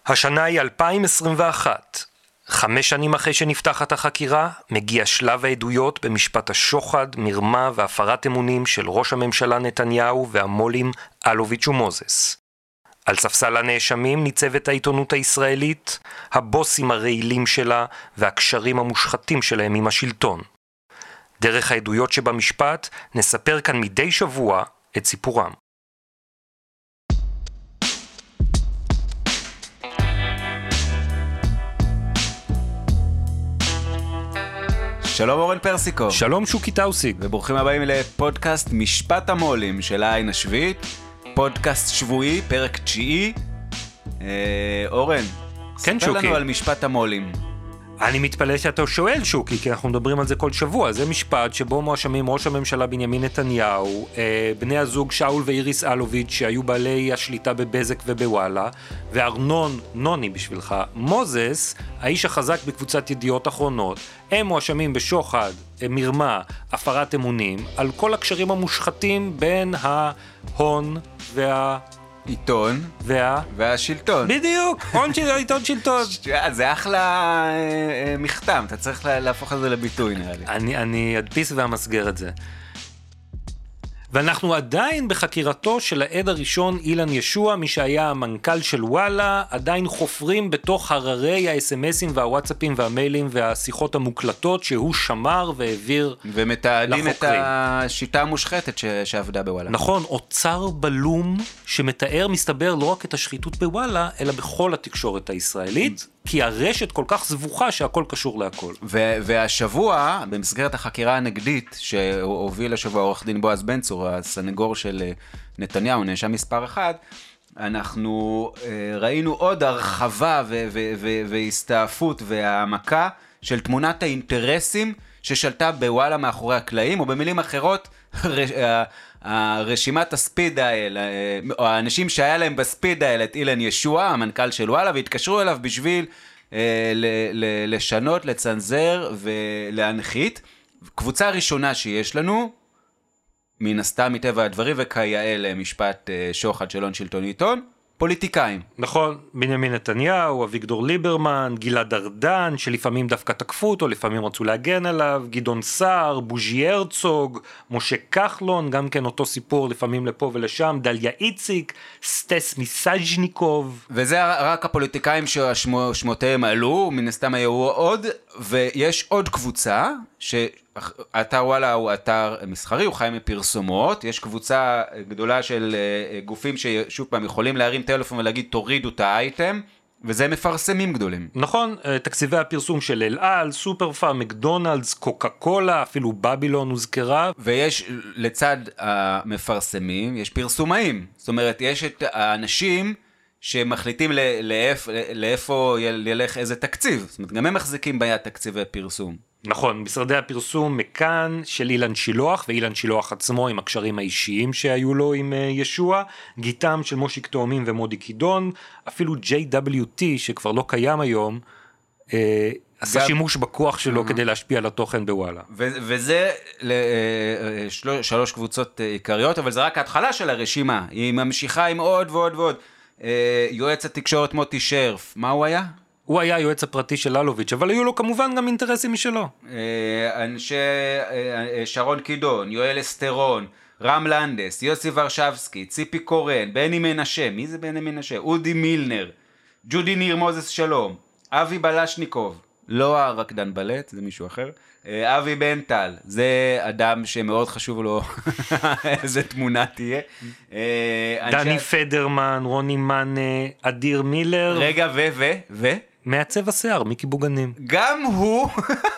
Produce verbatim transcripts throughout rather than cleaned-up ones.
השנה היא אלפיים עשרים ואחת. חמש שנים אחרי שנפתחת החקירה, מגיע שלב העדויות במשפט השוחד, מרמה והפרת אמונים של ראש הממשלה נתניהו והמולים אלוביץ' ומוזס. על ספסל הנאשמים ניצבת העיתונות הישראלית, הבוסים הרעילים שלה והקשרים המושחתים שלהם עם השלטון. דרך העדויות שבמשפט נספר כאן מדי שבוע את סיפורם. שלום אורן פרסיקו. שלום שוקי טאוסיק. וברוכים הבאים לפודקאסט משפט המולים של העין השביעית. פודקאסט שבועי, פרק תשיעי. אה, אורן, כן, ספר שוקי. לנו על משפט המולים. אני מתפלא שאתה שואל שוקי, כי אנחנו מדברים על זה כל שבוע. זה משפט שבו מואשמים ראש הממשלה בנימין נתניהו, אה, בני הזוג שאול ואיריס אלוביץ' שהיו בעלי השליטה בבזק ובוואלה, וארנון, נוני בשבילך, מוזס, האיש החזק בקבוצת ידיעות אחרונות. הם מואשמים בשוחד, מרמה, הפרת אמונים, על כל הקשרים המושחתים בין ההון וה... עיתון וה... והשלטון. בדיוק, הון של עיתון שלטון. זה אחלה אה, מכתם, אתה צריך להפוך את זה לביטוי נראה לי. אני, אני אדפיס והמסגר את זה. ואנחנו עדיין בחקירתו של העד הראשון אילן ישוע, מי שהיה המנכ"ל של וואלה, עדיין חופרים בתוך הררי האס-אמסים והוואטסאפים והמיילים והשיחות המוקלטות שהוא שמר והעביר לחוקרים. ומתעדים את השיטה המושחתת ש... שעבדה בוואלה. נכון, אוצר בלום שמתאר מסתבר לא רק את השחיתות בוואלה, אלא בכל התקשורת הישראלית, כי הרשת כל כך זבוכה שהכל קשור להכל. ו- והשבוע, במסגרת החקירה הנגדית שהוביל השבוע עורך דין בועז בן צור, הסנגור של נתניהו, נאשם מספר אחד, אנחנו ראינו עוד הרחבה ו- ו- ו- והסתעפות והעמקה של תמונת האינטרסים ששלטה בוואלה מאחורי הקלעים, או במילים אחרות, הרשימת הספיד האל, או האנשים שהיה להם בספיד האל את אילן ישוע, המנכ"ל של וואלה, והתקשרו אליו בשביל לשנות, לצנזר ולהנחית. קבוצה ראשונה שיש לנו, מן הסתם מטבע הדברים, וכיאה למשפט שוחד של הון שלטון עיתון, פוליטיקאים. נכון, בנימין נתניהו, אביגדור ליברמן, גלעד ארדן, שלפעמים דווקא תקפו אותו, לפעמים רצו להגן עליו, גדעון סער, בוז'י הרצוג, משה כחלון, גם כן אותו סיפור לפעמים לפה ולשם, דליה איציק, סטס מיסז'ניקוב. וזה רק הפוליטיקאים ששמותיהם עלו, מן הסתם היו עוד, ויש עוד קבוצה, שאתר וואלה הוא אתר מסחרי, הוא חי מפרסומות, יש קבוצה גדולה של גופים ששוב פעם יכולים להרים טלפון ולהגיד תורידו את האייטם, וזה מפרסמים גדולים. נכון, תקציבי הפרסום של אל על, סופר פארם, מקדונלדס, קוקה קולה, אפילו בבילון הוזכרה. ויש לצד המפרסמים, יש פרסומאים, זאת אומרת יש את האנשים שמחליטים לאיפה, לאיפה ילך איזה תקציב, זאת אומרת גם הם מחזיקים ביד תקציבי פרסום. נכון, משרדי הפרסום מכאן של אילן שילוח, ואילן שילוח עצמו עם הקשרים האישיים שהיו לו עם ישוע, גיטם של מושיק תאומים ומודי קידון, אפילו ג'יי דאבליו טי שכבר לא קיים היום, אה, עשה שימוש בכוח שלו כדי להשפיע על התוכן בוואלה. ו- וזה לשלוש, שלוש קבוצות עיקריות, אבל זה רק ההתחלה של הרשימה, היא ממשיכה עם עוד ועוד ועוד. אה, יועץ התקשורת מוטי שרף, מה הוא היה? הוא היה היועץ הפרטי של אלוביץ', אבל היו לו כמובן גם אינטרסים משלו. אנשי שרון קידון, יואל אסטרון, רם לנדס, יוסי ורשבסקי, ציפי קורן, בני מנשה, מי זה בני מנשה? אודי מילנר, ג'ודי ניר מוזס שלום, אבי בלשניקוב, לא הרקדן בלט, זה מישהו אחר, אבי בנטל, זה אדם שמאוד חשוב לו איזה תמונה תהיה. דני פדרמן, רוני מנה, אדיר מילר. רגע, ו, ו, ו? מעצב השיער, מיקי בוגנים. גם הוא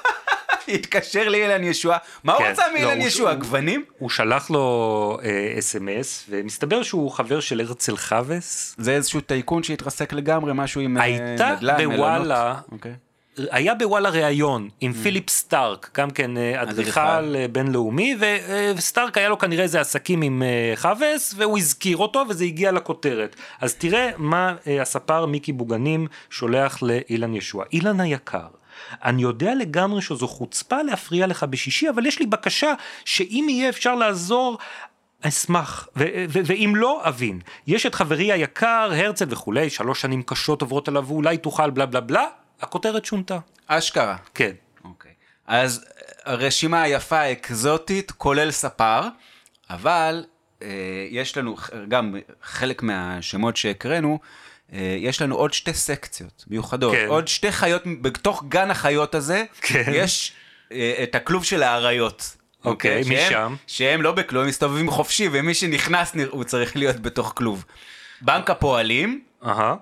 התקשר לאילן ישוע. מה הוא רצה מאילן ישוע? גוונים? הוא שלח לו אס אם אס, ומסתבר שהוא חבר של הרצל חבס. זה איזשהו טייקון שהתרסק לגמרי, משהו עם נדל"ן, מלונות. הייתה בוואלה, היה בוואלה ראיון עם פיליפ סטארק, גם כן אדריכל בינלאומי, וסטארק היה לו כנראה איזה עסקים עם חבס, והוא הזכיר אותו וזה הגיע לכותרת. אז תראה מה הספר מיקי בוגנים שולח לאילן ישוע. אילן היקר, אני יודע לגמרי שזו חוצפה להפריע לך בשישי, אבל יש לי בקשה שאם יהיה אפשר לעזור אשמח, ו- ו- ואם לא, אבין. יש את חברי היקר, הרצל וכולי, שלוש שנים קשות עוברות עליו, ואולי תוכל בלה בלה בלה, הכותרת שונתה. אשכרה. כן. אוקיי. אז הרשימה היפה האקזוטית, כולל ספר, אבל אה, יש לנו, גם חלק מהשמות שהקראנו, אה, יש לנו עוד שתי סקציות מיוחדות. כן. עוד שתי חיות, בתוך גן החיות הזה, כן. יש אה, את הכלוב של האריות. אוקיי, שהם, משם. שהם לא בכלוב, מסתובבים חופשי, ומי שנכנס הוא צריך להיות בתוך כלוב. בנק הפועלים אהה.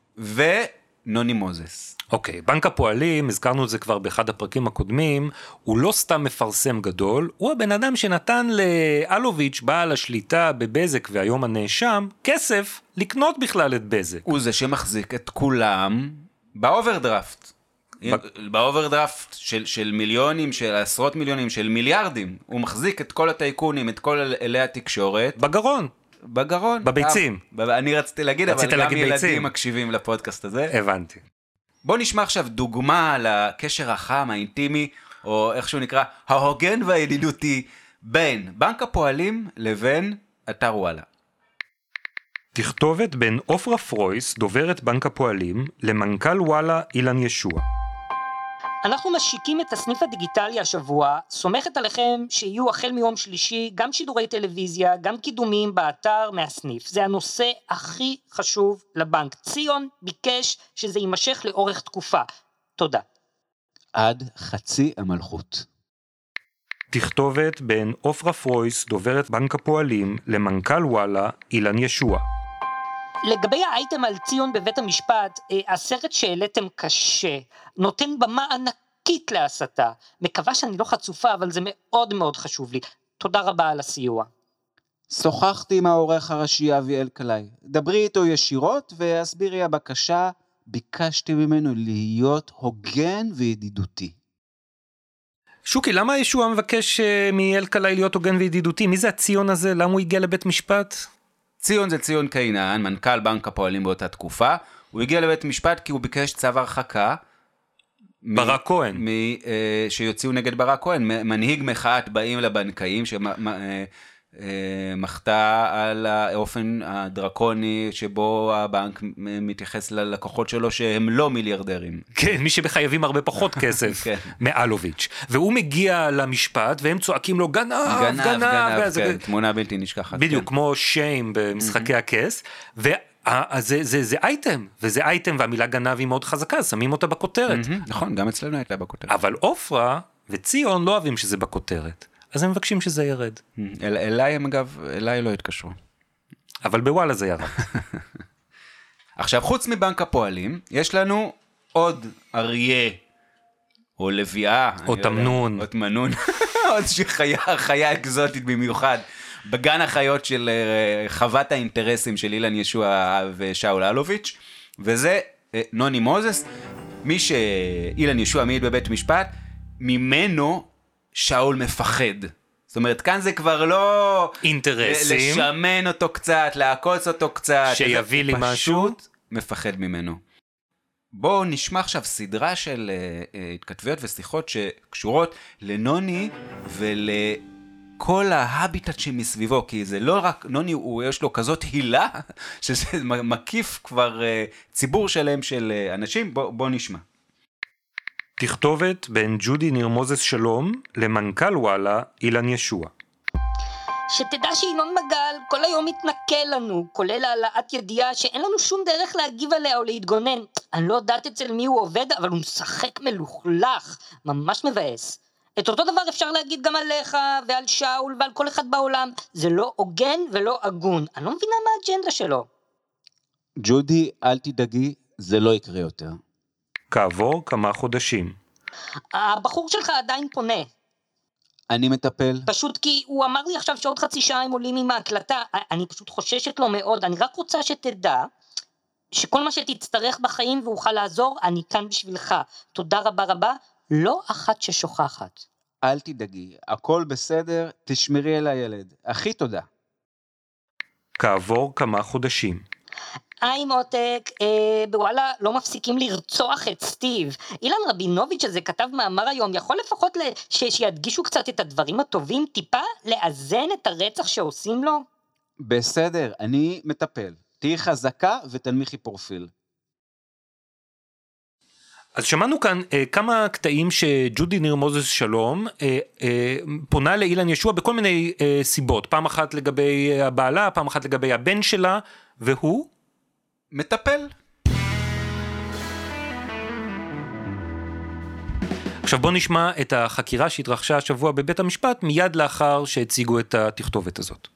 ונוני מוזס. אוקיי, בנק הפועלים, הזכרנו את זה כבר באחד הפרקים הקודמים, הוא לא סתם מפרסם גדול, הוא הבן אדם שנתן לאלוביץ' בעל השליטה בבזק והיום הנאשם, כסף לקנות בכלל את בזק. הוא זה שמחזיק את כולם באוברדרפט. באוברדרפט של, של מיליונים, של עשרות מיליונים, של מיליארדים. הוא מחזיק את כל הטייקונים, את כל אלי התקשורת. בגרון. בגרון. בביצים. גם, אני רציתי להגיד, אבל גם להגיד ילדים ביצים. מקשיבים לפודקאסט הזה. הבנתי. בוא נשמע עכשיו דוגמה לקשר החם, האינטימי, או איך שהוא נקרא, ההוגן והידידותי, בין בנק הפועלים לבין אתר וואלה. תכתובת בין אופרה פרויס, דוברת בנק הפועלים, למנכ"ל וואלה אילן ישוע. אנחנו משיקים את הסניף הדיגיטלי השבוע, סומכת עליכם שיהיו החל מיום שלישי גם שידורי טלוויזיה, גם קידומים באתר מהסניף. זה הנושא הכי חשוב לבנק. ציון ביקש שזה יימשך לאורך תקופה. תודה. עד חצי המלכות. תכתובת בין אופרה פרויס, דוברת בנק הפועלים, למנכ"ל וואלה אילן ישוע. לגבי האייטם על ציון בבית המשפט, הסרט שהעליתם קשה, נותן במה ענקית להסתה. מקווה שאני לא חצופה, אבל זה מאוד מאוד חשוב לי. תודה רבה על הסיוע. שוחחתי עם העורך הראשי אבי אלקלעי. דברי איתו ישירות והסבירי הבקשה. ביקשתי ממנו להיות הוגן וידידותי. שוקי, למה ישוע מבקש מאלקלעי להיות הוגן וידידותי? מי זה הציון הזה? למה הוא הגיע לבית משפט? ציון זה ציון קינן, מנכ"ל בנק הפועלים באותה תקופה. הוא הגיע לבית משפט כי הוא ביקש צו הרחקה. ברק כהן. מ, אה, שיוציאו נגד ברק כהן, מנהיג מחאת באים לבנקאים, שמחתה על האופן הדרקוני שבו הבנק מתייחס ללקוחות שלו שהם לא מיליארדרים. כן, מי שבחייבים הרבה פחות כסף כן. מאלוביץ'. והוא מגיע למשפט והם צועקים לו גנב, גנב, גנב. גנב, זה... כן, תמונה בלתי נשכחת. בדיוק, כן. כמו שיים במשחקי הכס, ו... זה, זה, זה אייטם, וזה אייטם, והמילה גנב היא מאוד חזקה, שמים אותה בכותרת. נכון, גם אצלנו הייתה בכותרת. אבל אופרה וציון לא אוהבים שזה בכותרת, אז הם מבקשים שזה ירד. אל, אליי הם אגב, אליי לא התקשרו. אבל בוואלה זה ירד. עכשיו, חוץ מבנק הפועלים, יש לנו עוד אריה, או לביאה. או תמנון. או תמנון. עוד שחיה, חיה אקזוטית במיוחד. בגן החיות של uh, חוות האינטרסים של אילן ישוע ושאול אלוביץ', וזה uh, נוני מוזס, מי שאילן ישוע מעיד בבית משפט, ממנו שאול מפחד. זאת אומרת, כאן זה כבר לא... אינטרסים. לשמן אותו קצת, לעקוץ אותו קצת. שיביא לי משהו. פשוט מפחד ממנו. בואו נשמע עכשיו סדרה של uh, uh, התכתבויות ושיחות שקשורות לנוני ול... כל ההביטט שמסביבו, כי זה לא רק, נוני, הוא, יש לו כזאת הילה, שזה מקיף כבר uh, ציבור שלם של uh, אנשים, בוא, בוא נשמע. תכתובת בין ג'ודי ניר מוזס שלום למנכ"ל וואלה אילן ישוע. שתדע שינון מגל כל היום מתנקל לנו, כולל העלאת ידיעה שאין לנו שום דרך להגיב עליה או להתגונן. אני לא יודעת אצל מי הוא עובד, אבל הוא משחק מלוכלך, ממש מבאס. את אותו דבר אפשר להגיד גם עליך ועל שאול ועל כל אחד בעולם. זה לא הוגן ולא הגון. אני לא מבינה מה האג'נדה שלו. ג'ודי, אל תדאגי, זה לא יקרה יותר. כעבור כמה חודשים. הבחור שלך עדיין פונה. אני מטפל. פשוט כי הוא אמר לי עכשיו שעוד חצי שעה הם עולים עם ההקלטה. אני פשוט חוששת לו מאוד. אני רק רוצה שתדע שכל מה שתצטרך בחיים ואוכל לעזור, אני כאן בשבילך. תודה רבה רבה. לא אחת ששוכחת. אל תדאגי, הכל בסדר, תשמרי על הילד. הכי תודה. כעבור כמה חודשים. היי מותק, אה, בוואלה לא מפסיקים לרצוח את סטיב. אילן רבינוביץ' הזה כתב מאמר היום, יכול לפחות ל... ש... שידגישו קצת את הדברים הטובים, טיפה לאזן את הרצח שעושים לו? בסדר, אני מטפל. תהי חזקה ותנמיכי פרופיל. אז שמענו כאן אה, כמה קטעים שג'ודי ניר מוזס שלום אה, אה, פונה לאילן ישוע בכל מיני אה, סיבות. פעם אחת לגבי הבעלה, פעם אחת לגבי הבן שלה, והוא מטפל. עכשיו בוא נשמע את החקירה שהתרחשה השבוע בבית המשפט מיד לאחר שהציגו את התכתובת הזאת.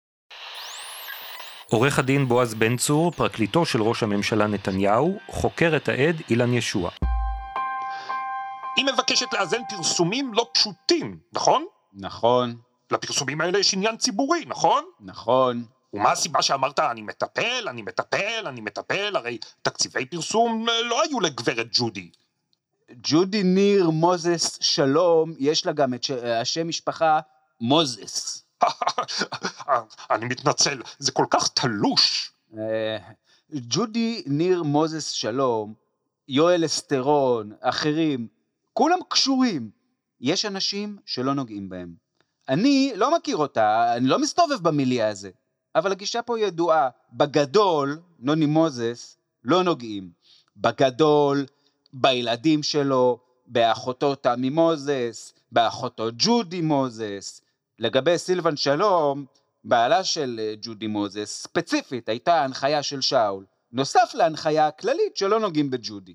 עורך הדין בועז בן צור, פרקליטו של ראש הממשלה נתניהו, חוקר את העד אילן ישוע. היא מבקשת לאזן פרסומים לא פשוטים, נכון? נכון, לפרסומים האלה יש עניין ציבורי, נכון? נכון. ומה הסיבה שאמרת אני מטפל, אני מטפל, אני מטפל, הרי תקציבי פרסום לא היו לגברת ג'ודי. ג'ודי ניר מוזס שלום, יש לה גם את ש... השם משפחה מוזס. אני מתנצל, זה כל כך תלוש. אה, ג'ודי ניר מוזס שלום, יואל אסטרון, אחרים, כולם קשורים. יש אנשים שלא נוגעים בהם. אני לא מכיר אותה, אני לא מסתובב במיליה הזה. אבל הגישה פה ידועה, בגדול, נוני מוזס, לא נוגעים. בגדול, בילדים שלו, באחותו תמי מוזס, באחותו ג'ודי מוזס. לגבי סילבן שלום, בעלה של ג'ודי מוזס, ספציפית הייתה הנחיה של שאול, נוסף להנחיה הכללית שלא נוגעים בג'ודי.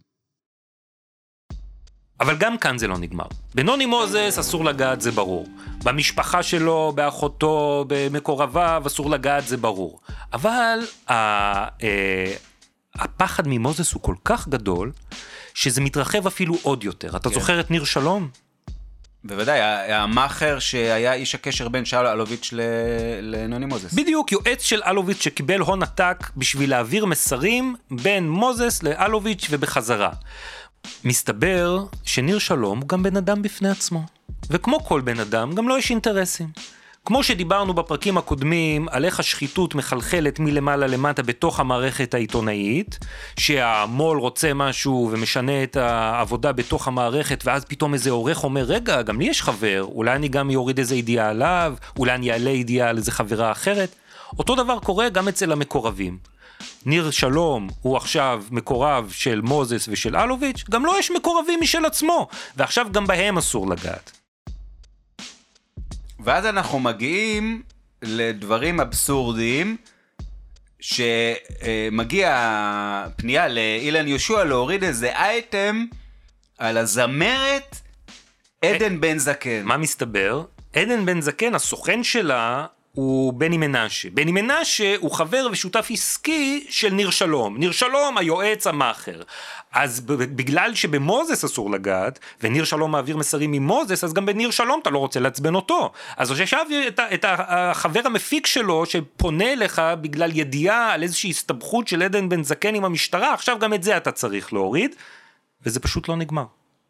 אבל גם כאן זה לא נגמר. בנוני מוזס אסור לגעת, זה ברור. במשפחה שלו, באחותו, במקורביו, אסור לגעת, זה ברור. אבל ה, אה, הפחד ממוזס הוא כל כך גדול, שזה מתרחב אפילו עוד יותר. אתה כן. זוכר את ניר שלום? בוודאי, המאחר שהיה איש הקשר בין שאול אלוביץ' לנוני מוזס. בדיוק, יועץ של אלוביץ' שקיבל הון עתק בשביל להעביר מסרים בין מוזס לאלוביץ' ובחזרה. מסתבר שניר שלום הוא גם בן אדם בפני עצמו. וכמו כל בן אדם, גם לא יש אינטרסים. כמו שדיברנו בפרקים הקודמים על איך השחיתות מחלחלת מלמעלה למטה בתוך המערכת העיתונאית, שהמול רוצה משהו ומשנה את העבודה בתוך המערכת, ואז פתאום איזה עורך אומר, רגע, גם לי יש חבר, אולי אני גם יוריד איזה ידיעה עליו, אולי אני אעלה ידיעה על איזה חברה אחרת. אותו דבר קורה גם אצל המקורבים. ניר שלום הוא עכשיו מקורב של מוזס ושל אלוביץ', גם לא יש מקורבים משל עצמו, ועכשיו גם בהם אסור לגעת. ואז אנחנו מגיעים לדברים אבסורדיים, שמגיע פנייה לאילן ישוע להוריד איזה אייטם על הזמרת עדן בן זקן. מה מסתבר? עדן בן זקן, הסוכן שלה, הוא בני מנשה. בני מנשה הוא חבר ושותף עסקי של ניר שלום. ניר שלום, היועץ המאחר. אז בגלל שבמוזס אסור לגעת, וניר שלום מעביר מסרים ממוזס, אז גם בניר שלום אתה לא רוצה לעצבן אותו. אז עכשיו את, את החבר המפיק שלו, שפונה לך בגלל ידיעה על איזושהי הסתבכות של עדן בן זקן עם המשטרה, עכשיו גם את זה אתה צריך להוריד, וזה פשוט לא נגמר.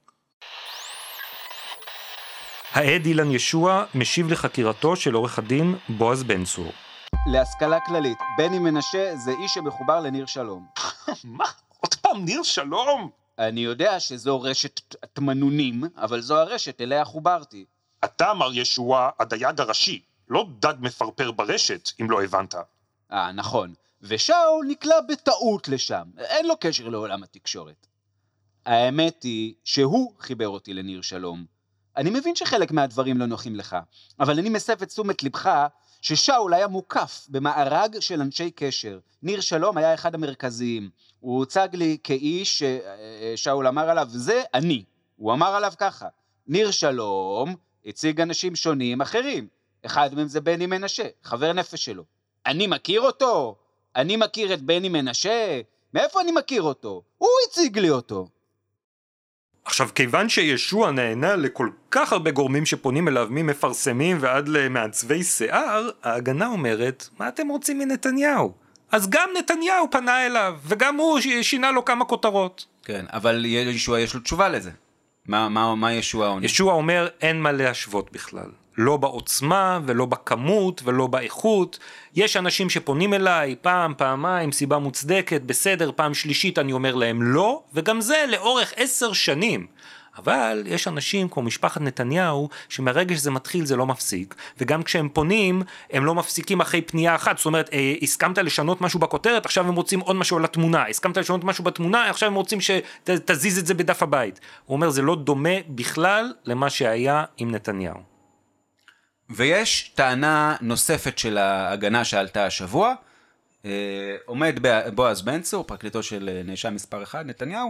העד אילן ישוע משיב לחקירתו של עורך הדין בועז בן צור. להשכלה כללית, בני מנשה זה איש שמחובר לניר שלום. מה? עוד פעם ניר שלום? אני יודע שזו רשת תמנונים, אבל זו הרשת אליה חוברתי. אתה אמר ישוע הדייג הראשי, לא דג מפרפר ברשת, אם לא הבנת. אה, נכון. ושאול נקלע בטעות לשם. אין לו קשר לעולם התקשורת. האמת היא שהוא חיבר אותי לניר שלום. אני מבין שחלק מהדברים לא נוחים לך, אבל אני מסב את תשומת לבך ששאול היה מוקף במארג של אנשי קשר. ניר שלום היה אחד המרכזיים. הוא הוצג לי כאיש ששאול אמר עליו, זה אני. הוא אמר עליו ככה, ניר שלום הציג אנשים שונים אחרים. אחד מהם זה בני מנשה, חבר נפש שלו. אני מכיר אותו? אני מכיר את בני מנשה? מאיפה אני מכיר אותו? הוא הציג לי אותו. עכשיו, כיוון שישוע נהנה לכל כך הרבה גורמים שפונים אליו, ממפרסמים ועד למעצבי שיער, ההגנה אומרת, מה אתם רוצים מנתניהו? אז גם נתניהו פנה אליו, וגם הוא שינה לו כמה כותרות. כן, אבל ישוע יש לו תשובה לזה. מה, מה, מה ישוע עונה? ישוע אומר, אין מה להשוות בכלל. לא בעוצמה ולא בכמות ולא באיכות. יש אנשים שפונים אליי פעם, פעמיים, סיבה מוצדקת, בסדר, פעם שלישית אני אומר להם לא, וגם זה לאורך עשר שנים. אבל יש אנשים כמו משפחת נתניהו, שמהרגע שזה מתחיל זה לא מפסיק, וגם כשהם פונים, הם לא מפסיקים אחרי פנייה אחת, זאת אומרת, אה, הסכמת לשנות משהו בכותרת, עכשיו הם רוצים עוד משהו על התמונה, הסכמת לשנות משהו בתמונה, עכשיו הם רוצים שתזיז את זה בדף הבית. הוא אומר, זה לא דומה בכלל למה שהיה עם נתניהו. ויש טענה נוספת של ההגנה שעלתה השבוע, אה, עומד בועז בן צור, פרקליטו של נאשם מספר אחד, נתניהו,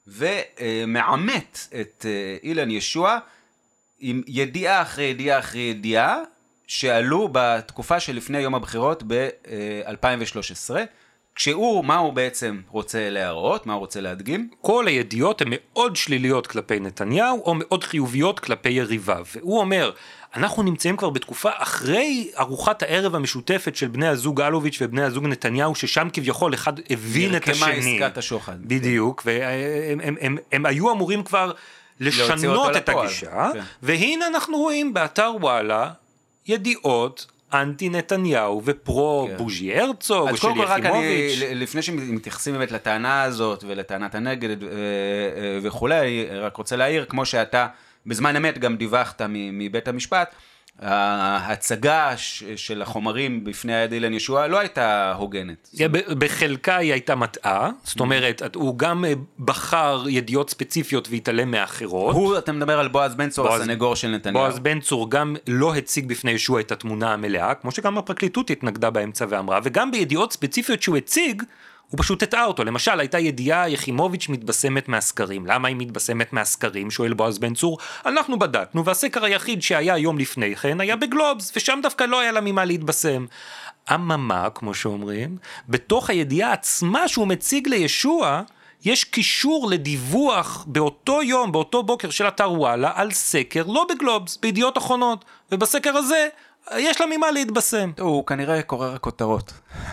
ומעמת את אילן ישוע עם ידיעה אחרי ידיעה אחרי ידיעה שעלו בתקופה שלפני יום הבחירות ב-אלפיים ושלוש עשרה, כשהוא, מה הוא בעצם רוצה להראות, מה הוא רוצה להדגים? כל הידיעות הן מאוד שליליות כלפי נתניהו, או מאוד חיוביות כלפי יריביו. והוא אומר, אנחנו נמצאים כבר בתקופה אחרי ארוחת הערב המשותפת של בני הזוג אלוביץ' ובני הזוג נתניהו, ששם כביכול אחד הבין את השני. נרקמה עסקת השוחד. בדיוק, והם הם, הם, הם היו אמורים כבר לשנות את הגישה, כן. והנה אנחנו רואים באתר וואלה ידיעות אנטי נתניהו ופרו כן. בוז'י הרצוג ושל יחימוביץ'. לפני שמתייחסים באמת לטענה הזאת ולטענת הנגד וכולי, רק רוצה להעיר, כמו שאתה בזמן אמת גם דיווחת מבית המשפט, ההצגה של החומרים בפני היד אילן ישוע לא הייתה הוגנת. בחלקה היא הייתה מטעה, זאת אומרת, הוא גם בחר ידיעות ספציפיות והתעלם מאחרות. הוא, אתה מדבר על בועז בן צור, הסנגור של נתניהו. בועז בן צור גם לא הציג בפני ישוע את התמונה המלאה, כמו שגם הפרקליטות התנגדה באמצע ואמרה, וגם בידיעות ספציפיות שהוא הציג, הוא פשוט הטעה אותו. למשל, הייתה ידיעה יחימוביץ' מתבשמת מהסקרים. למה היא מתבשמת מהסקרים? שואל בועז בן צור. אנחנו בדקנו, והסקר היחיד שהיה יום לפני כן היה בגלובס, ושם דווקא לא היה לה ממה להתבשם. אממה, כמו שאומרים, בתוך הידיעה עצמה שהוא מציג לישוע, יש קישור לדיווח באותו יום, באותו בוקר של אתר וואלה, על סקר, לא בגלובס, בידיעות אחרונות. ובסקר הזה, יש לה ממה להתבשם. הוא כנראה קורא רק כותרות.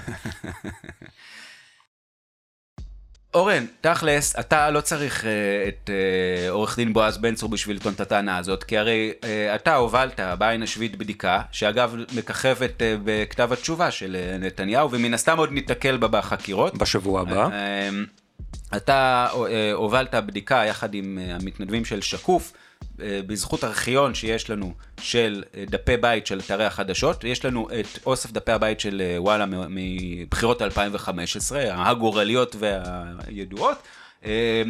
אורן, תכלס, אתה לא צריך uh, את uh, עורך דין בועז בן צור בשביל לטעון את הטענה הזאת, כי הרי uh, אתה הובלת בעין השביעית בדיקה, שאגב מככבת uh, בכתב התשובה של uh, נתניהו, ומן הסתם עוד נתקל בה בחקירות. בשבוע הבא. Uh, uh, אתה uh, הובלת בדיקה יחד עם uh, המתנדבים של שקוף, uh, בזכות ארכיון שיש לנו של uh, דפי בית של אתרי החדשות, יש לנו את אוסף דפי הבית של uh, וואלה מבחירות אלפיים וחמש עשרה, הגורליות והידועות, uh,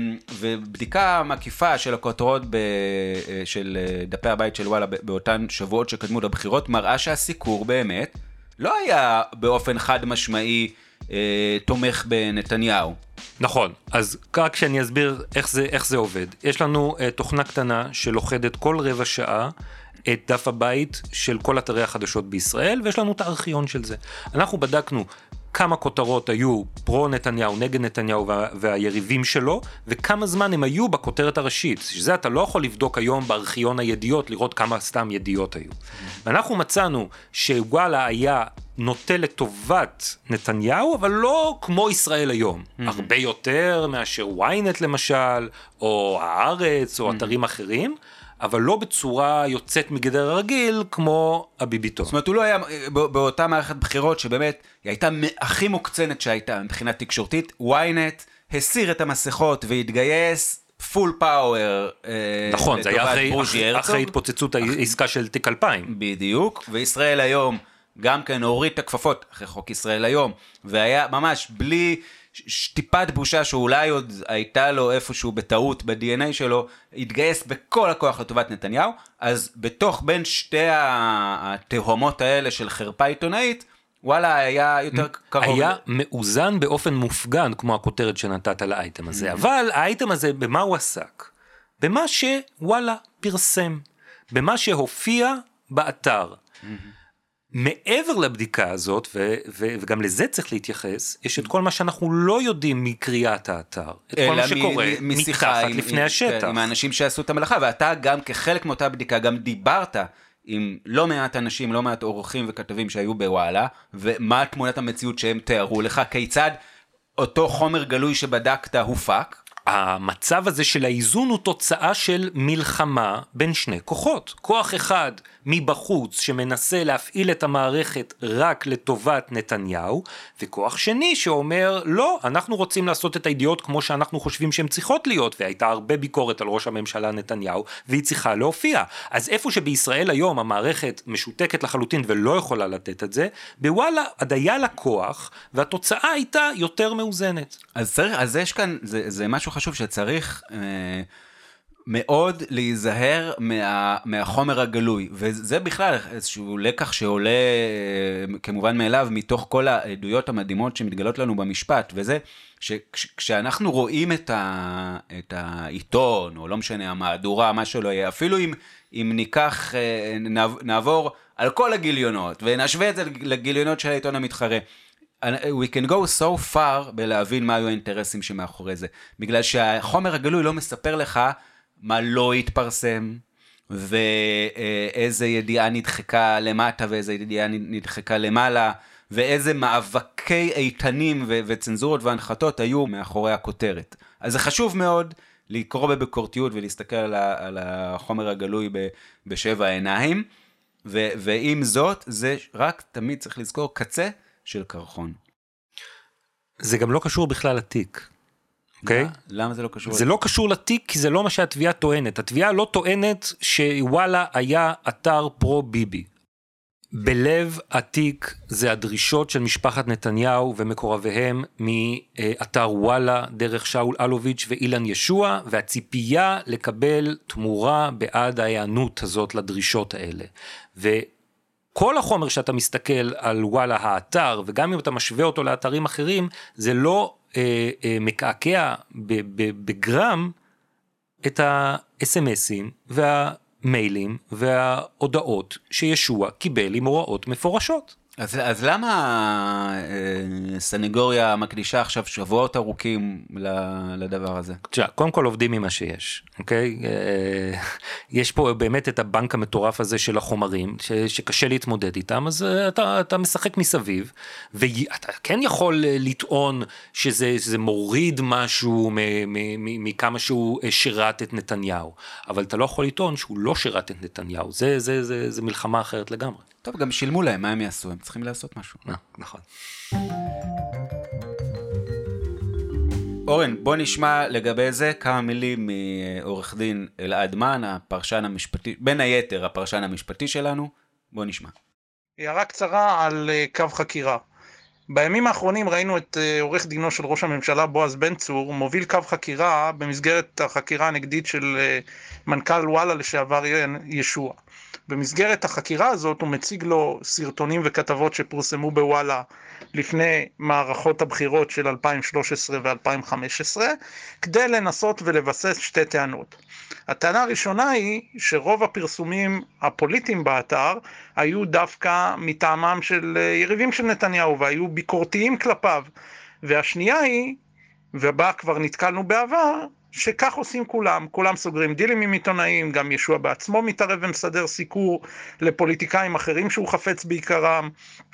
ובדיקה מקיפה של הכותרות ב, uh, של uh, דפי הבית של וואלה באותן שבועות שקדמו לבחירות, מראה שהסיקור באמת לא היה באופן חד משמעי אה, תומך בנתניהו. נכון, אז רק שאני אסביר איך זה, איך זה עובד. יש לנו אה, תוכנה קטנה שלוחדת כל רבע שעה את דף הבית של כל אתרי החדשות בישראל, ויש לנו את הארכיון של זה. אנחנו בדקנו כמה כותרות היו פרו נתניהו, נגד נתניהו וה, והיריבים שלו, וכמה זמן הם היו בכותרת הראשית. שזה אתה לא יכול לבדוק היום בארכיון הידיעות, לראות כמה סתם ידיעות היו. ואנחנו מצאנו שוואלה היה נוטה לטובת נתניהו, אבל לא כמו ישראל היום. הרבה יותר מאשר וויינט למשל, או הארץ, או אתרים אחרים, אבל לא בצורה יוצאת מגדר הרגיל, כמו הביביטון. זאת אומרת, הוא לא היה באותה מערכת בחירות, שבאמת היא הייתה הכי מוקצנת שהייתה מבחינת תקשורתית. וויינט הסיר את המסכות והתגייס פול פאוור. נכון, זה היה אחרי, אחרי התפוצצות העסקה של תיק אלפיים. בדיוק, וישראל היום גם כן הוריד את הכפפות אחרי חוק ישראל היום, והיה ממש בלי טיפת בושה שאולי עוד הייתה לו איפשהו בטעות ב-די אן איי שלו, התגייס בכל הכוח לטובת נתניהו. אז בתוך בין שתי התהומות האלה של חרפה עיתונאית, וואלה היה יותר קרוב. היה מאוזן באופן מופגן, כמו הכותרת שנתת לאייטם הזה, אבל האייטם הזה במה הוא עסק? במה שוואלה פרסם, במה שהופיע באתר. מעבר לבדיקה הזאת, ו- ו- וגם לזה צריך להתייחס, יש את כל מה שאנחנו לא יודעים מקריאת האתר, את כל מה שקורה מ- מתחת עם, לפני עם, השטח. עם האנשים שעשו את המלאכה, ואתה גם כחלק מאותה בדיקה, גם דיברת עם לא מעט אנשים, לא מעט עורכים וכתבים שהיו בוואלה, ומה תמונת המציאות שהם תיארו לך, כיצד אותו חומר גלוי שבדקת הופק? המצב הזה של האיזון הוא תוצאה של מלחמה בין שני כוחות. כוח אחד מבחוץ שמנסה להפעיל את המערכת רק לטובת נתניהו, וכוח שני שאומר, לא, אנחנו רוצים לעשות את הידיעות כמו שאנחנו חושבים שהן צריכות להיות, והייתה הרבה ביקורת על ראש הממשלה נתניהו, והיא צריכה להופיע. אז איפה שבישראל היום המערכת משותקת לחלוטין ולא יכולה לתת את זה, בוואלה עד היה לה כוח, והתוצאה הייתה יותר מאוזנת. אז צריך, אז יש כאן, זה, זה משהו חשוב שצריך אה, מאוד להיזהר מה, מהחומר הגלוי, וזה בכלל איזשהו לקח שעולה אה, כמובן מאליו מתוך כל העדויות המדהימות שמתגלות לנו במשפט, וזה שכשאנחנו רואים את, ה, את העיתון, או לא משנה, המהדורה, מה שלא יהיה, אפילו אם, אם ניקח, אה, נעבור על כל הגיליונות, ונשווה את זה לגיליונות של העיתון המתחרה, we can go so far בלהבין מה היו האינטרסים שמאחורי זה, בגלל שהחומר הגלוי לא מספר לך מה לא התפרסם, ואיזה ידיעה נדחקה למטה, ואיזה ידיעה נדחקה למעלה, ואיזה מאבקי איתנים ו- וצנזורות והנחתות היו מאחורי הכותרת. אז זה חשוב מאוד לקרוא בביקורתיות ולהסתכל על, ה- על החומר הגלוי ב- בשבע עיניים, ו- ועם זאת, זה רק תמיד צריך לזכור קצה של קרחון. זה גם לא קשור בכלל לתיק. אוקיי? למה זה לא קשור? זה לא קשור לתיק, כי זה לא מה שהתביעה טוענת. התביעה לא טוענת שוואלה היה אתר פרו ביבי. בלב התיק זה הדרישות של משפחת נתניהו ומקורביהם מאתר וואלה דרך שאול אלוביץ' ואילן ישוע, והציפייה לקבל תמורה בעד ההיענות הזאת לדרישות האלה. וכל החומר שאתה מסתכל על וואלה האתר, וגם אם אתה משווה אותו לאתרים אחרים, זה לא אה, אה, מקעקע בגרם את ה-אס אם אסים וה... מיילים וההודעות שישוע קיבל עם הוראות מפורשות. אז, אז למה הסנגוריה מקדישה עכשיו שבועות ארוכים לדבר הזה? תשע, קודם כל עובדים עם מה שיש, אוקיי? יש פה באמת את הבנק המטורף הזה של החומרים, ש, שקשה להתמודד איתם, אז אתה, אתה משחק מסביב, ואתה כן יכול לטעון שזה, שזה מוריד משהו מ, מ, מ, מכמה שהוא שירת את נתניהו, אבל אתה לא יכול לטעון שהוא לא שירת את נתניהו, זה, זה, זה, זה מלחמה אחרת לגמרי. טוב, גם שילמו להם, מה הם יעשו? הם צריכים לעשות משהו. נכון. אורן, בוא נשמע לגבי זה כמה מילים מעורך דין אלעד מן, הפרשן המשפטי, בין היתר הפרשן המשפטי שלנו. בוא נשמע. הערה קצרה על קו חקירה. בימים האחרונים ראינו את עורך דינו של ראש הממשלה בועז בן צור מוביל קו חקירה במסגרת החקירה הנגדית של מנכ"ל וואלה לשעבר ישוע. במסגרת החקירה הזאת הוא מציג לו סרטונים וכתבות שפורסמו בוואלה לפני מערכות הבחירות של אלפיים ושלוש עשרה ו-אלפיים וחמש עשרה, כדי לנסות ולבסס שתי טענות. הטענה הראשונה היא שרוב הפרסומים הפוליטיים באתר היו דווקא מטעמם של יריבים של נתניהו והיו ביקורתיים כלפיו. והשנייה היא, ובה כבר נתקלנו בעבר, שכך עושים כולם, כולם סוגרים דילים עם עיתונאים, גם ישוע בעצמו מתערב ומסדר סיקור לפוליטיקאים אחרים שהוא חפץ בעיקרם,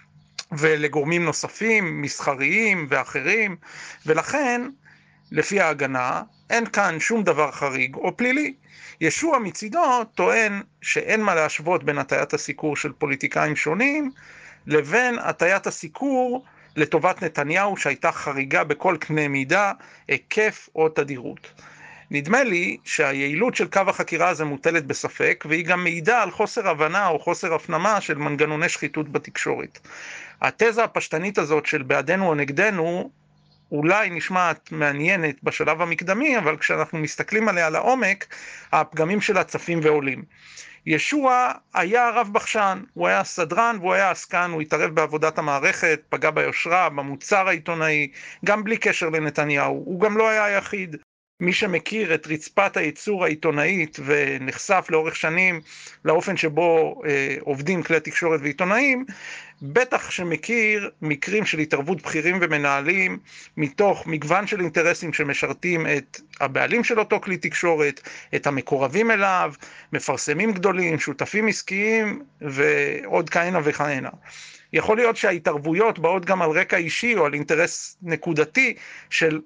ולגורמים נוספים, מסחריים ואחרים, ולכן, לפי ההגנה, אין כאן שום דבר חריג או פלילי. ישוע מצידו טוען שאין מה להשוות בין הטיית הסיקור של פוליטיקאים שונים, לבין הטיית הסיקור לטובת נתניהו שהייתה חריגה בכל קנה מידה, היקף או תדירות. נדמה לי שהיעילות של קו החקירה הזה מוטלת בספק, והיא גם מעידה על חוסר הבנה או חוסר הפנמה של מנגנוני שחיתות בתקשורת. התזה הפשטנית הזאת של בעדנו או נגדנו, אולי נשמעת מעניינת בשלב המקדמי, אבל כשאנחנו מסתכלים עליה לעומק, הפגמים שלה צפים ועולים. ישוע היה רב בחשן, הוא היה סדרן והוא היה עסקן, הוא התערב בעבודת המערכת, פגע ביושרה, במוצר העיתונאי, גם בלי קשר לנתניהו, הוא גם לא היה היחיד. מי שמכיר את רצפת הייצור העיתונאית ונחשף לאורך שנים לאופן שבו אה, עובדים כלי תקשורת ועיתונאים, בטח שמכיר מקרים של התערבות בכירים ומנהלים מתוך מגוון של אינטרסים שמשרתים את הבעלים של אותו כלי תקשורת, את המקורבים אליו, מפרסמים גדולים, שותפים עסקיים ועוד כהנה וכהנה. יכול להיות שההתערבויות באות גם על רקע אישי או על אינטרס נקודתי של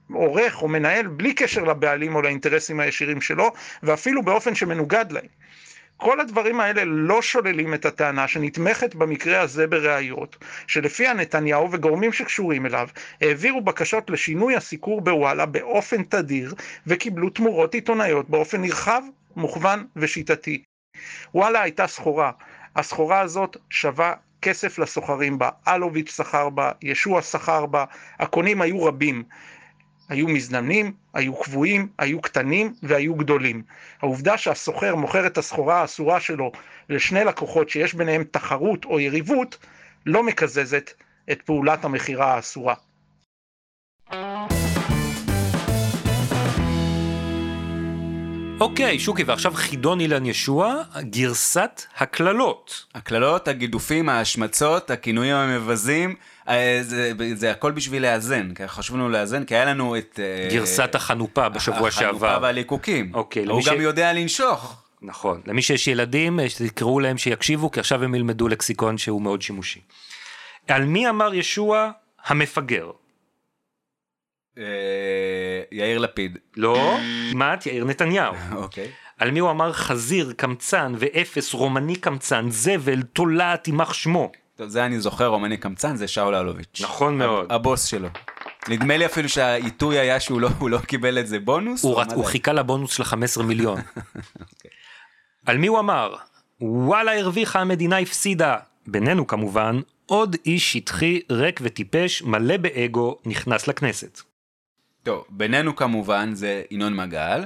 עורך או מנהל בלי קשר לבעלים או לאינטרסים הישירים שלו, ואפילו באופן שמנוגד להם. כל הדברים האלה לא שוללים את הטענה שנתמכת במקרה הזה בראיות, שלפיה נתניהו וגורמים שקשורים אליו העבירו בקשות לשינוי הסיקור בוואלה באופן תדיר, וקיבלו תמורות עיתונאיות באופן נרחב, מוכוון ושיטתי. וואלה הייתה סחורה, הסחורה הזאת שווה כסף לסוחרים בה, אלוביץ' סחר בה, ישוע סחר בה, הקונים היו רבים. היו מזדמנים, היו קבועים, היו קטנים והיו גדולים. העובדה שהסוחר מוכר את הסחורה האסורה שלו לשני לקוחות שיש ביניהם תחרות או יריבות, לא מקזזת את פעולת המחירה האסורה. אוקיי, שוקי, ועכשיו חידון אילן ישוע, גרסת הכללות. הכללות, הגידופים, ההשמצות, הכינויים המבזים, זה, זה הכל בשביל לאזן, כי חשבנו לנו לאזן, כי היה לנו את... גרסת החנופה בשבוע שעבר. החנופה והליקוקים. אוקיי, הוא גם ש... יודע לנשוך. נכון, למי שיש ילדים, תקראו להם שיקשיבו, כי עכשיו הם ילמדו לקסיקון שהוא מאוד שימושי. על מי אמר ישוע המפגר? יאיר לפיד. לא, כמעט יאיר נתניהו. אוקיי. על מי הוא אמר חזיר, קמצן ואפס, רומני קמצן, זבל, תולעת, ימח שמו. טוב, זה אני זוכר, רומני קמצן, זה שאול אלוביץ'. נכון מאוד. הבוס שלו. נדמה לי אפילו שהעיתוי היה שהוא לא, הוא לא קיבל את זה בונוס. הוא, רצ... הוא חיכה לבונוס של חמישה עשר מיליון. okay. על מי הוא אמר? וואלה הרוויחה, המדינה הפסידה. בינינו כמובן, עוד איש שטחי, ריק וטיפש, מלא באגו, נכנס לכנסת. טוב, בינינו כמובן זה ינון מגל,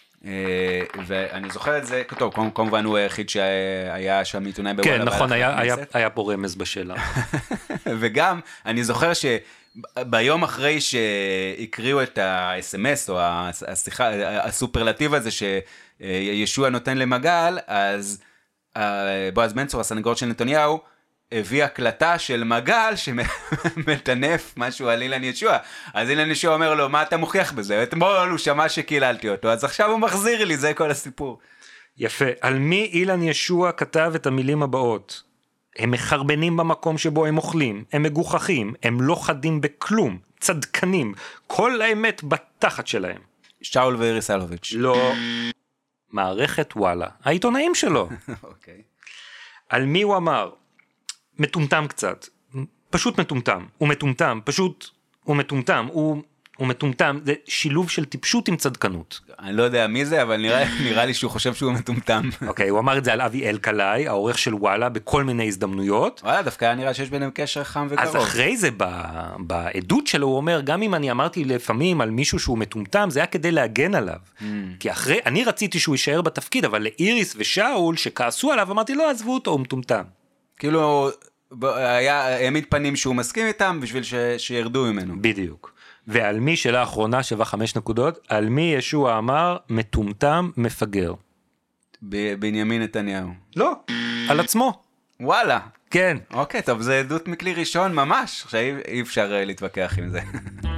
ואני זוכר את זה, טוב, כמובן הוא היחיד שהיה שם עיתונאי בוואלה. כן, נכון, היה, היה, היה פה רמז בשאלה. וגם, אני זוכר שביום אחרי שהקריאו את ה-אס אם אס, או השיחה, הסופרלטיב הזה שישוע נותן למגל, אז בועז בן צור, הסנגור של נתניהו, הביא הקלטה של מגל שמטנף משהו על אילן ישוע. אז אילן ישוע אומר לו, מה אתה מוכיח בזה? אתמול הוא שמע שקיללתי אותו, אז עכשיו הוא מחזיר לי, זה כל הסיפור. יפה. על מי אילן ישוע כתב את המילים הבאות? הם מחרבנים במקום שבו הם אוכלים, הם מגוחכים, הם לא חדים בכלום, צדקנים, כל האמת בתחת שלהם. שאול ואיריס אלוביץ'. לא. מערכת וואלה. העיתונאים שלו. אוקיי. על מי הוא אמר? מטומטם קצת, פשוט מטומטם, הוא מטומטם, פשוט הוא מטומטם, הוא, הוא מטומטם, זה שילוב של טיפשות עם צדקנות. אני לא יודע מי זה, אבל נראה, נראה לי שהוא חושב שהוא מטומטם. אוקיי, הוא אמר את זה על אבי אלקלעי, העורך של וואלה, בכל מיני הזדמנויות. וואלה, דווקא היה נראה שיש ביניהם קשר חם וקרוב. אז אחרי זה, בעדות שלו, הוא אומר, גם אם אני אמרתי לפעמים על מישהו שהוא מטומטם, זה היה כדי להגן עליו. Mm. כי אחרי, אני רציתי שהוא יישאר בתפקיד, אבל לאיריס ושאול שכעסו עליו, אמרתי, לא, עזבו אותו, הוא מטומטם. כאילו, היה העמיד פנים שהוא מסכים איתם בשביל ש... שירדו ממנו. בדיוק. ועל מי, שאלה האחרונה שווה חמש נקודות, על מי ישוע אמר מטומטם מפגר? ב... בנימין נתניהו. לא, על עצמו. וואלה. כן. אוקיי, טוב, זה עדות מכלי ראשון ממש, עכשיו אי אפשר להתווכח עם זה.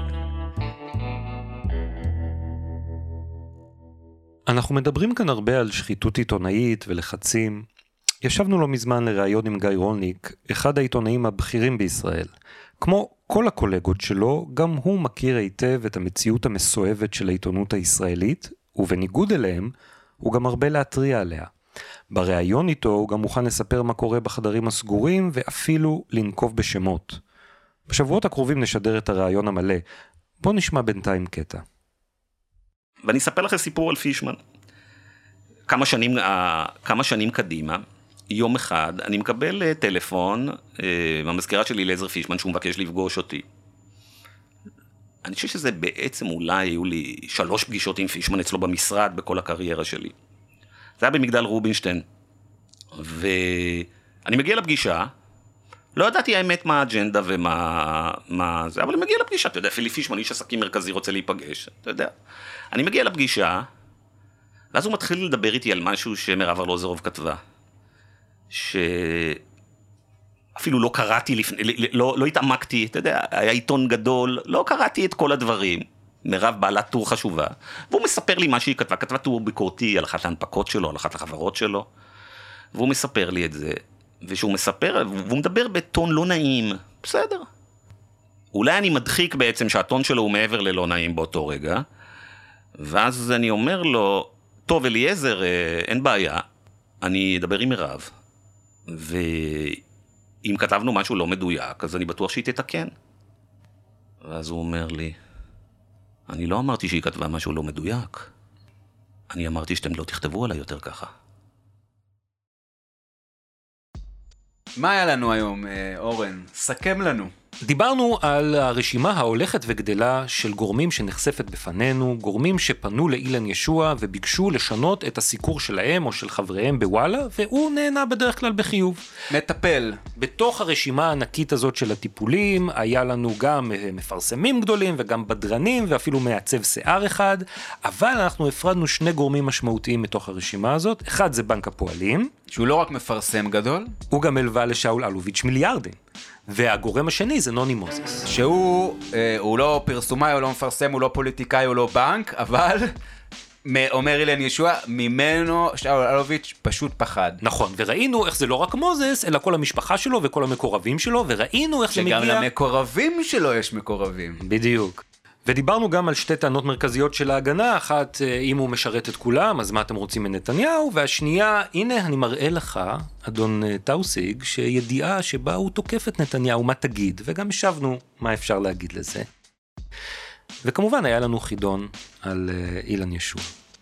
אנחנו מדברים כאן הרבה על שחיתות עיתונאית ולחצים. ישבנו לא מזמן לראיון עם גיא רולניק, אחד העיתונאים הבכירים בישראל. כמו כל הקולגות שלו, גם הוא מכיר היטב את המציאות המסואבת של העיתונות הישראלית, ובניגוד אליהם, הוא גם הרבה להטריע עליה. בראיון איתו הוא גם מוכן לספר מה קורה בחדרים הסגורים, ואפילו לנקוב בשמות. בשבועות הקרובים נשדר את הראיון המלא. בוא נשמע בינתיים קטע. ואני אספר לכם סיפור על פישמן. כמה שנים, כמה שנים קדימה, יום אחד אני מקבל טלפון מהמזכירה שלי אליעזר פישמן שהוא מבקש לפגוש אותי. אני חושב שזה בעצם אולי היו לי שלוש פגישות עם פישמן אצלו במשרד בכל הקריירה שלי. זה היה במגדל רובינשטיין. ואני מגיע לפגישה, לא ידעתי האמת מה האג'נדה ומה מה זה, אבל אני מגיע לפגישה, אתה יודע, פילי פישמן, איש עסקים מרכזי, רוצה להיפגש, אתה יודע. אני מגיע לפגישה, ואז הוא מתחיל לדבר איתי על משהו שמרב ארלוזורוב כתבה. שאפילו לא קראתי, לפני, לא, לא התעמקתי, אתה יודע, היה עיתון גדול, לא קראתי את כל הדברים. מרב בעלת טור חשובה, והוא מספר לי מה שהיא כתבה, כתבה טור ביקורתי על אחת ההנפקות שלו, על אחת החברות שלו, והוא מספר לי את זה, ושהוא מספר, והוא מדבר בטון לא נעים, בסדר. אולי אני מדחיק בעצם שהטון שלו הוא מעבר ללא נעים באותו רגע, ואז אני אומר לו, טוב אליעזר, אין בעיה, אני אדבר עם מירב, ואם כתבנו משהו לא מדויק, אז אני בטוח שהיא תתקן. ואז הוא אומר לי, אני לא אמרתי שהיא כתבה משהו לא מדויק, אני אמרתי שאתם לא תכתבו עליי יותר ככה. מה היה לנו היום, אורן? סכם לנו. דיברנו על הרשימה ההולכת וגדלה של גורמים שנחשפת בפנינו, גורמים שפנו לאילן ישוע וביקשו לשנות את הסיקור שלהם או של חבריהם בוואלה, והוא נהנה בדרך כלל בחיוב. מטפל. בתוך הרשימה הענקית הזאת של הטיפולים, היה לנו גם מפרסמים גדולים וגם בדרנים ואפילו מעצב שיער אחד, אבל אנחנו הפרדנו שני גורמים משמעותיים מתוך הרשימה הזאת. אחד זה בנק הפועלים. שהוא לא רק מפרסם גדול. הוא גם הלווה לשאול אלוביץ' מיליארדים. והגורם השני זה נוני מוזס. שהוא, אה, הוא לא פרסומאי, הוא לא מפרסם, הוא לא פוליטיקאי, הוא לא בנק, אבל אומר אילן ישוע, ממנו שאול אלוביץ' פשוט פחד. נכון, וראינו איך זה לא רק מוזס, אלא כל המשפחה שלו וכל המקורבים שלו, וראינו איך זה מגיע... שגם למקורבים שלו יש מקורבים. בדיוק. ודיברנו גם על שתי טענות מרכזיות של ההגנה, אחת, אם הוא משרת את כולם, אז מה אתם רוצים מנתניהו, והשנייה, הנה אני מראה לך, אדון טאוסיג, שידיעה שבה הוא תוקף את נתניהו, מה תגיד, וגם השבנו מה אפשר להגיד לזה. וכמובן היה לנו חידון על אילן ישוע.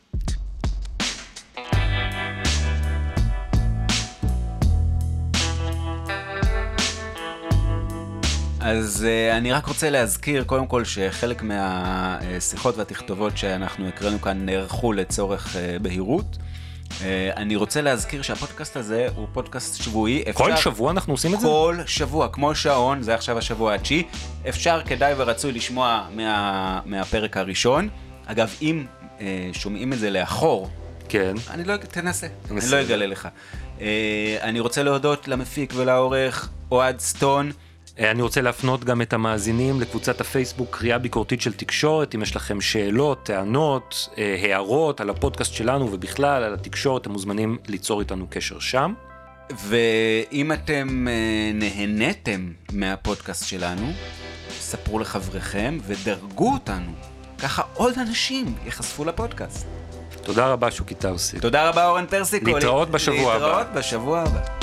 אז uh, אני רק רוצה להזכיר קודם כל שחלק מהשיחות והתכתובות שאנחנו הקראנו כאן נערכו לצורך uh, בהירות. Uh, אני רוצה להזכיר שהפודקאסט הזה הוא פודקאסט שבועי. כל אפשר, שבוע אנחנו עושים את זה? כל שבוע, כמו שעון, זה עכשיו השבוע התשיעי. אפשר כדאי ורצוי לשמוע מה, מהפרק הראשון. אגב, אם uh, שומעים את זה לאחור, כן. אני לא, תנסה, אני לא אגלה לך. Uh, אני רוצה להודות למפיק ולעורך אוהד סטון. אני רוצה להפנות גם את המאזינים לקבוצת הפייסבוק קריאה ביקורתית של תקשורת. אם יש לכם שאלות, טענות, הערות על הפודקאסט שלנו ובכלל על התקשורת, אתם מוזמנים ליצור איתנו קשר שם. ואם אתם נהניתם מהפודקאסט שלנו, ספרו לחבריכם ודרגו אותנו. ככה עוד אנשים יחשפו לפודקאסט. תודה רבה שוקי טאוסיג. תודה רבה אורן פרסיקו. להתראות בשבוע הבא. להתראות בשבוע הבא.